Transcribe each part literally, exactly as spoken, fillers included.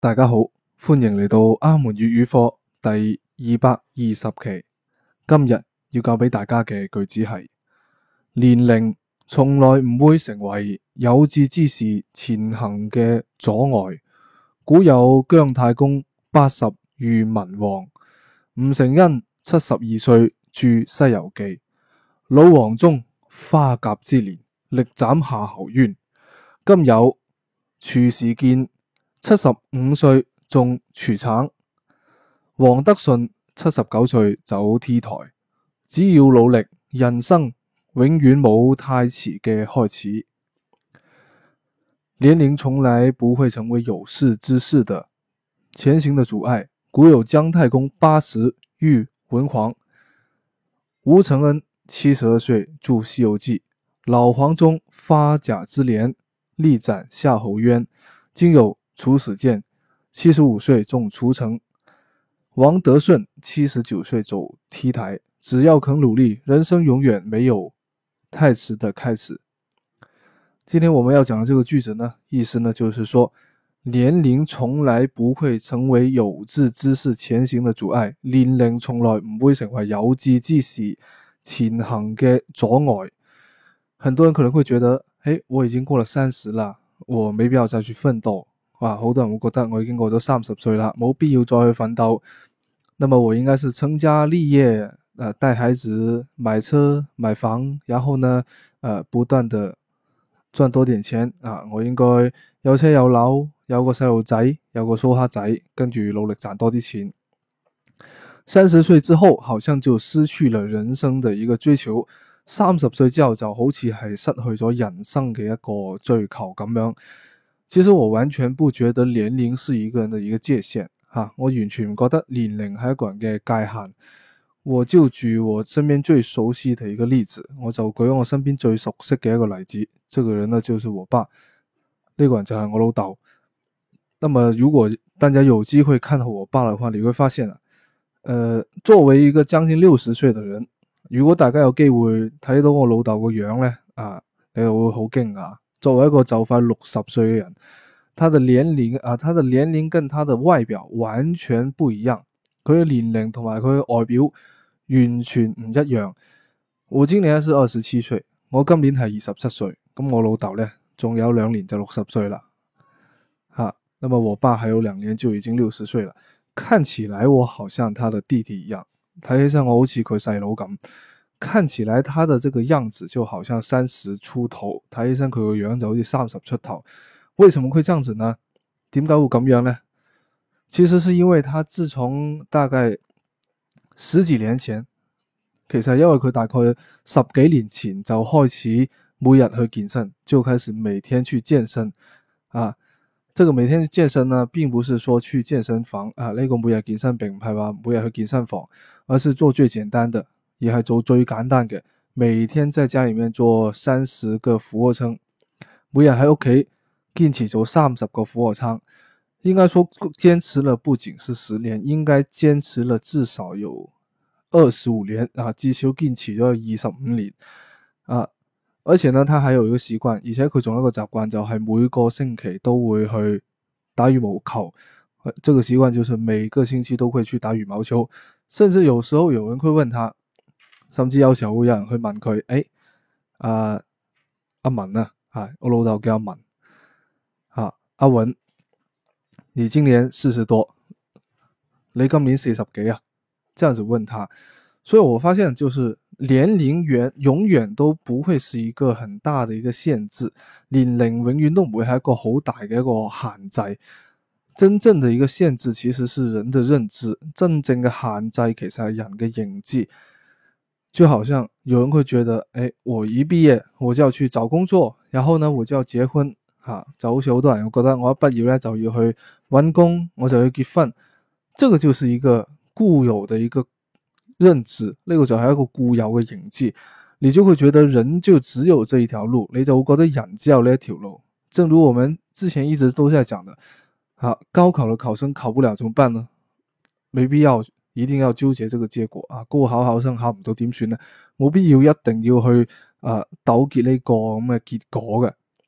大家好，歡迎嚟到阿門粵語課第二百二十期。今日要教俾大家嘅句子係：年齡從來唔會成為有志之士前行嘅阻礙。古有姜太公八十遇文王，吳承恩七十二歲著《西遊記》，老黃忠花甲之年力斬夏侯淵。今有褚時健七十五歲中褚橙，王德順七十九歲走 T 台。只要努力，人生永遠冇太遲嘅開始。年齡從來不會成為有志之士的前行的阻礙。古有姜太公八十遇文王，吳承恩七十二歲著《西遊記》，老黃忠花甲之年力斬夏侯淵。今有褚時健七十五歲中褚橙，王德順七十九歲走 T 台。只要肯努力，人生永遠沒有太遲的開始。今天我們要講的這個句子呢，意思呢就是說，年齡從來不會成為有志之士前行的阻礙，年齡從來唔會成為有志之士前行嘅阻礙。很多人可能會覺得，誒，我已經過了三十啦，我沒必要再去奮鬥。啊，好多人會覺得我已經過咗三十歲啦，冇必要再去奮鬥。那麼我應該是成家立業，呃，帶孩子，買車買房，然後呢，呃，不斷的賺多點錢啊！我應該有車有樓，有個細路仔，有個蘇蝦仔，跟住努力賺多啲錢。三十歲之後，好像就失去了人生的一個追求。三十歲之後，就好似係失去咗人生嘅一個追求咁樣。其實我完全不覺得年齡是一個人的一個界限，哈、啊！我完全唔覺得年齡係一個人嘅界限。我就舉我身邊最熟悉的一個例子，我就舉我身邊最熟悉嘅一個例子，這個人呢就是我爸，呢個人就係我老豆。那麼如果大家有機會看到我爸的話，你會發現啊，呃，作為一個將近六十歲的人，如果大家有機會睇到我老豆個樣呢，啊，你就會好驚訝。作為一個就快六十歲嘅人，他的年齡啊，他的年齡跟他的外表完全不一樣，佢嘅年齡同埋佢嘅外表完全唔一樣。我今年是二十七歲，我今年係二十七歲，咁我老豆呢，仲有兩年就六十歲啦。哈、啊，那麼我爸還有兩年就已經六十歲了。看起來我好像他的弟弟一樣，睇起身我好似佢細佬咁。看起來他的這個樣子就好像三十出頭，睇起身佢個樣就好似三十出頭。為什麼會這樣子呢？點解會咁樣呢？其實是因為他自從大概十幾年前，其實因為佢大概十幾年前就開始每日去健身，就開始每天去健身啊。這個每天去健身呢，並不是說去健身房啊，呢個每日健身並唔係話每日去健身房，而是做最簡單的，也係做最簡單嘅，每天在家裏面做三十個俯臥撐，每日喺屋企堅持做三十個俯臥撐。應該說堅持了不僅是十年，應該堅持了至少有二十五年啊，至少堅持咗二十五年啊。而且呢，他還有一個習慣，而且佢仲有一個習慣，就係每個星期都會去打羽毛球。這個習慣就是每個星期都會去打羽毛球，甚至有時候有人會問他，甚至有時候會有人去問佢，誒，啊阿文啊，啊我老豆叫阿文，啊阿文。你今年四十多，你今年四十幾啊？這樣子問他，所以我發現就是年齡遠永遠都不會是一個很大的一個限制，年齡永遠都唔會係一個好大嘅一個限制。真正的一個限制其實是人的認知，真正嘅限制其實係人嘅認知。就好像有人會覺得，誒，我一畢業我就要去找工作，然後呢我就要結婚。啊，就好似好多人覺得我一畢業咧就要去揾工，我就要結婚，這個就是一個固有的一個認知，呢個就係一個固有嘅認知，你就會覺得人就只有這一條路，你就會覺得人只有呢一條路。正如我們之前一直都在講的，啊，高考的考生考不了怎麼辦呢？沒必要一定要糾結這個結果啊，高考考生考唔到點算呢？冇必要一定要去啊糾結呢個咁嘅結果嘅。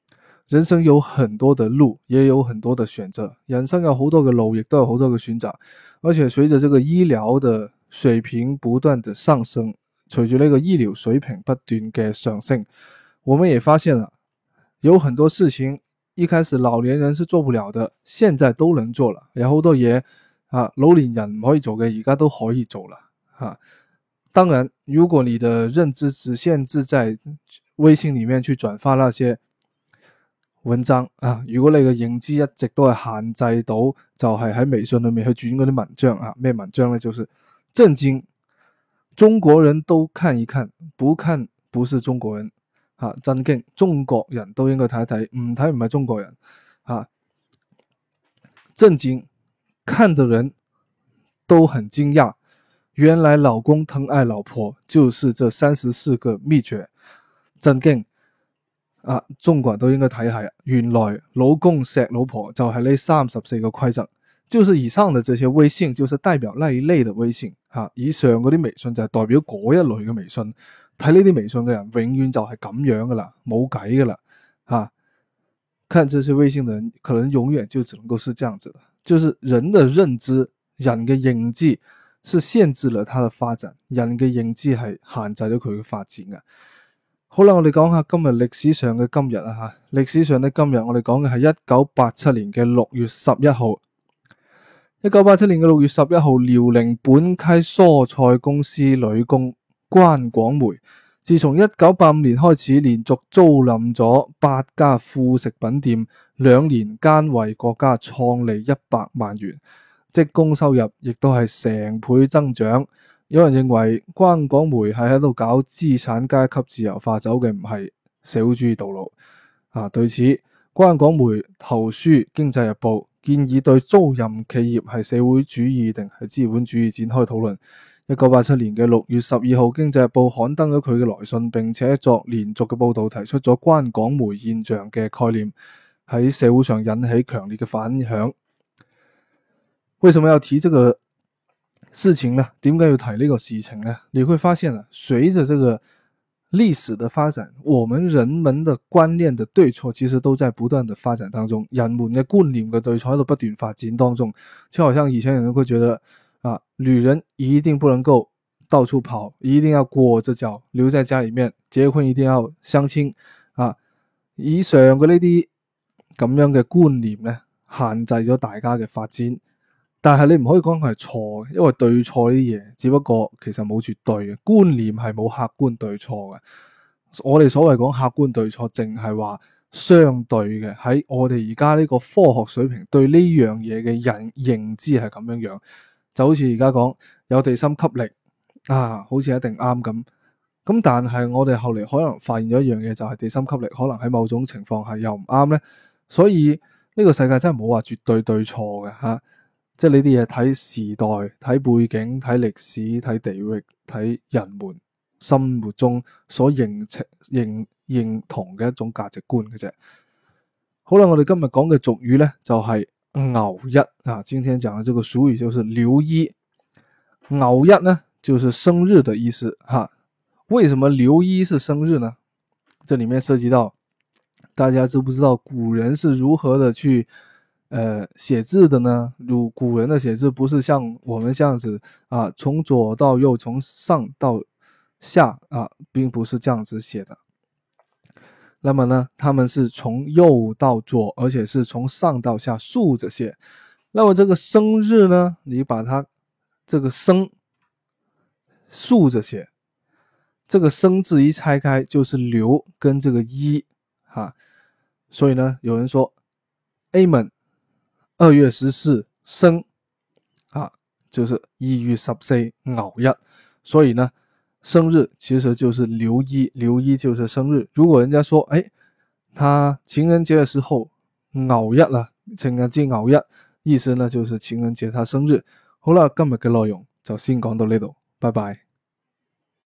人生有很多的路，也有很多的選擇。人生有好多嘅路，亦都有好多嘅選擇。而且隨着這個醫療的水平不斷的上升，隨住呢個醫療水平不斷嘅上升，我們也發現了有很多事情一開始老年人是做不了的，現在都能做了。有好多嘢啊，老年人唔可以做嘅，而家都可以做了啊。當然，如果你的認知只限制在微信裏面去轉發那些文章啊，如果你嘅認知一直都係限制到，就係喺微信裏面去轉嗰啲文章啊，咩文章呢？就是震驚，中國人都看一看，不看不是中國人啊，震驚，中國人都應該睇一睇，唔睇唔係中國人啊，震驚，看的人都很驚訝，原來老公疼愛老婆就是這三十四個秘訣，震驚。啊，中國人都應該睇下，原來老公錫老婆就係呢三十四個規則，就是以上的這些微信就是代表那一類的微信，吓、啊，以上嗰啲微信就係代表嗰一類嘅微信，睇呢啲微信嘅人永遠就係咁樣噶啦，冇計噶啦，吓、啊，看這些微信嘅人可能永遠就只能夠是這樣子的，就是人的認知，人嘅認知是限制了他的發展，人嘅認知係限制咗佢嘅發展嘅。好啦，我哋講下今日歷史上嘅今日啊吓，歷史上嘅今日我哋講嘅係一九八七年嘅六月十一號。一九八七年嘅六月十一號，遼寧本溪蔬菜公司女工關廣梅，自從一九八五年開始，連續租賃咗八家副食品店，兩年間為國家創利一百萬元，職工收入亦都係成倍增長。有人認為關廣梅係喺度搞資產階級自由化，走嘅唔係社會主義道路啊。對此，關廣梅投書《經濟日報》，建議對租賃企業係社會主義定係資本主義展開討論。一九八七年嘅六月十二號，《經濟日報》刊登咗佢嘅來信，並且作連續嘅報道，提出咗關廣梅現象嘅概念，喺社會上引起強烈嘅反響。為什麼要提這個事情呢？點解要提呢個事情呢？你會發現啊，隨着這個歷史的發展，我們人們的觀念的對錯其實都在不斷的發展當中，人們嘅觀念嘅對錯喺度不斷發展當中。就好像以前人會覺得啊，女人一定不能夠到處跑，一定要裹着腳留在家裏面，結婚一定要相親啊。以上嘅呢啲咁樣嘅觀念呢，限制咗大家嘅發展。但係你唔可以講佢係錯嘅，因為對錯呢啲嘢，只不過其實冇絕對嘅，觀念係冇客觀對錯嘅。我哋所謂講客觀對錯，淨係話相對嘅。喺我哋而家呢個科學水平對呢樣嘢嘅人認知係咁樣樣，就好似而家講有地心吸力啊，好似一定啱咁。咁但係我哋後嚟可能發現咗一樣嘢，就係地心吸力可能喺某種情況下又唔啱咧。所以呢個世界真係冇話絕對對錯嘅吓。即係呢啲嘢睇時代、睇背景、睇歷史、睇地域、睇人們生活中所認情、認認同嘅一種價值觀嘅啫。好啦，我哋今日講嘅俗語咧就係、是、牛一啊。今天講嘅這個俗語就是牛一。牛一呢就是生日的意思哈、啊。為什麼牛一是生日呢？這裡面涉及到大家知不知道古人是如何的去呃，寫字的呢？如古人的寫字不是像我們這樣子啊，從左到右，從上到下啊，並不是這樣子寫的。那麼呢，他們是從右到左，而且是從上到下豎着寫。那麼這個生日呢，你把它這個生豎着寫，這個生字一拆開就是劉跟這個一哈，所以呢，有人說 Amen。二月十四生啊，就是二月十四牛一，所以呢，生日其實就是牛一，牛一就是生日。如果人家說，誒，他情人節的時候牛一啦，情人節牛一，意思呢就是情人節他生日。好啦，今日嘅內容就先講到呢度，拜拜。